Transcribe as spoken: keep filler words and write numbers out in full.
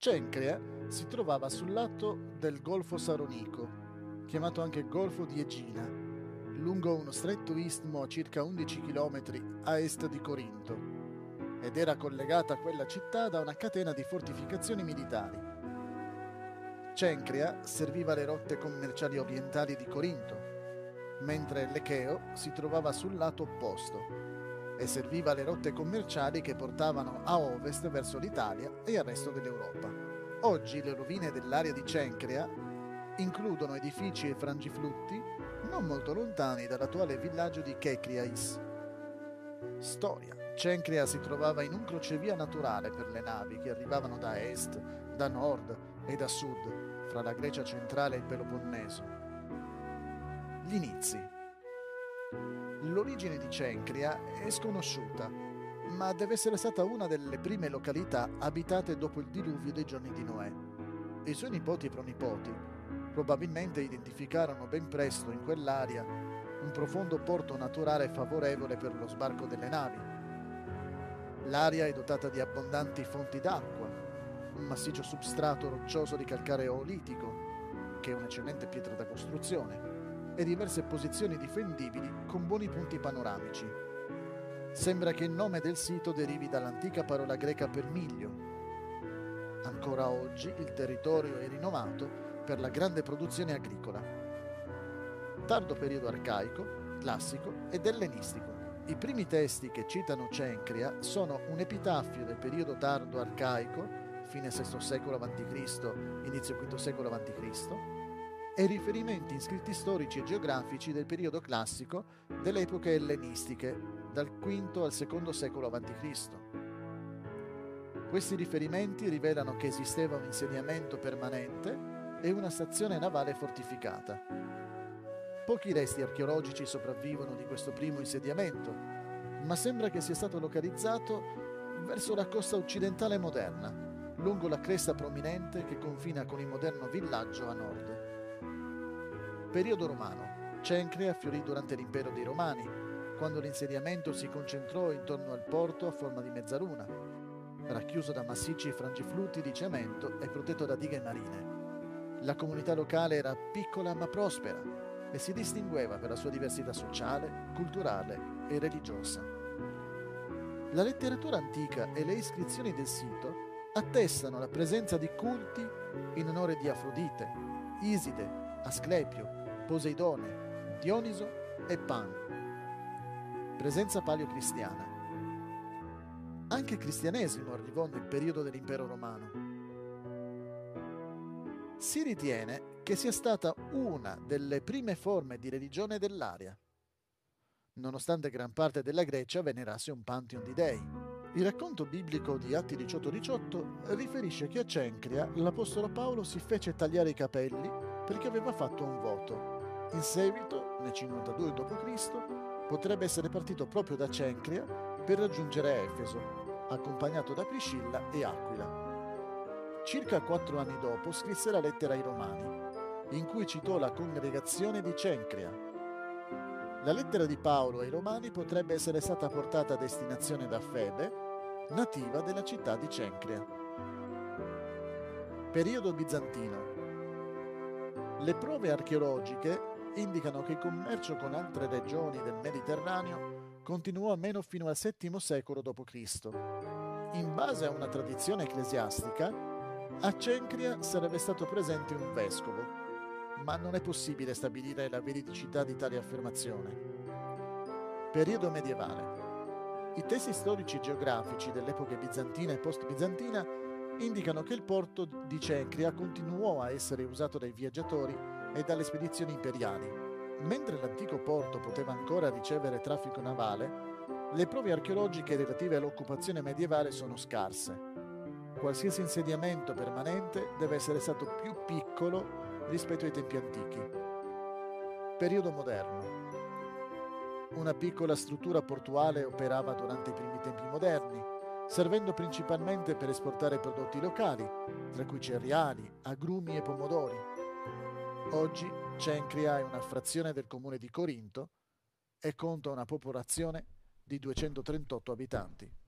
Cencrea si trovava sul lato del Golfo Saronico, chiamato anche Golfo di Egina, lungo uno stretto istmo a circa undici chilometri a est di Corinto, ed era collegata a quella città da una catena di fortificazioni militari. Cencrea serviva le rotte commerciali orientali di Corinto, mentre l'Echeo si trovava sul lato opposto e serviva le rotte commerciali che portavano a ovest verso l'Italia e il resto dell'Europa. Oggi le rovine dell'area di Cencrea includono edifici e frangiflutti non molto lontani dall'attuale villaggio di Kekriais. Storia. Cencrea si trovava in un crocevia naturale per le navi che arrivavano da est, da nord e da sud, fra la Grecia centrale e il Peloponneso. Gli inizi. L'origine di Cencrea è sconosciuta, ma deve essere stata una delle prime località abitate dopo il diluvio dei giorni di Noè. I suoi nipoti e pronipoti probabilmente identificarono ben presto in quell'area un profondo porto naturale favorevole per lo sbarco delle navi. L'area è dotata di abbondanti fonti d'acqua, un massiccio substrato roccioso di calcare oolitico, che è un'eccellente pietra da costruzione, e diverse posizioni difendibili con buoni punti panoramici. Sembra che il nome del sito derivi dall'antica parola greca per miglio. Ancora oggi il territorio è rinomato per la grande produzione agricola. Tardo periodo arcaico, classico ed ellenistico. I primi testi che citano Cencrea sono un epitaffio del periodo tardo arcaico, fine sesto secolo avanti Cristo, inizio quinto secolo avanti Cristo, e riferimenti in scritti storici e geografici del periodo classico delle epoche ellenistiche, dal quinto al secondo secolo avanti Cristo. Questi riferimenti rivelano che esisteva un insediamento permanente e una stazione navale fortificata. Pochi resti archeologici sopravvivono di questo primo insediamento, ma sembra che sia stato localizzato verso la costa occidentale moderna, lungo la cresta prominente che confina con il moderno villaggio a nord. Periodo romano. Cencrea fiorì durante l'impero dei Romani, quando l'insediamento si concentrò intorno al porto a forma di mezzaluna, racchiuso da massicci frangiflutti di cemento e protetto da dighe marine. La comunità locale era piccola ma prospera e si distingueva per la sua diversità sociale, culturale e religiosa. La letteratura antica e le iscrizioni del sito attestano la presenza di culti in onore di Afrodite, Iside, Asclepio, Poseidone, Dioniso e Pan. Presenza paleocristiana. Anche il cristianesimo arrivò nel periodo dell'impero romano. Si ritiene che sia stata una delle prime forme di religione dell'area, nonostante gran parte della Grecia venerasse un pantheon di dei. Il racconto biblico di Atti diciotto diciotto riferisce che a Cencrea l'apostolo Paolo si fece tagliare i capelli perché aveva fatto un voto. In seguito, nel cinquantadue dopo Cristo, potrebbe essere partito proprio da Cencrea per raggiungere Efeso, accompagnato da Priscilla e Aquila. Circa quattro anni dopo scrisse la lettera ai Romani, in cui citò la congregazione di Cencrea. La lettera di Paolo ai Romani potrebbe essere stata portata a destinazione da Febe, nativa della città di Cencrea. Periodo bizantino. Le prove archeologiche indicano che il commercio con altre regioni del Mediterraneo continuò almeno fino al settimo secolo dopo Cristo. In base a una tradizione ecclesiastica, a Cencrea sarebbe stato presente un vescovo, ma non è possibile stabilire la veridicità di tale affermazione. Periodo medievale. I testi storici e geografici dell'epoca bizantina e post-bizantina indicano che il porto di Cencrea continuò a essere usato dai viaggiatori e dalle spedizioni imperiali. Mentre l'antico porto poteva ancora ricevere traffico navale, le prove archeologiche relative all'occupazione medievale sono scarse. Qualsiasi insediamento permanente deve essere stato più piccolo rispetto ai tempi antichi. Periodo moderno. Una piccola struttura portuale operava durante i primi tempi moderni, servendo principalmente per esportare prodotti locali, tra cui cereali, agrumi e pomodori. Oggi Cencrea è una frazione del comune di Corinto e conta una popolazione di duecentotrentotto abitanti.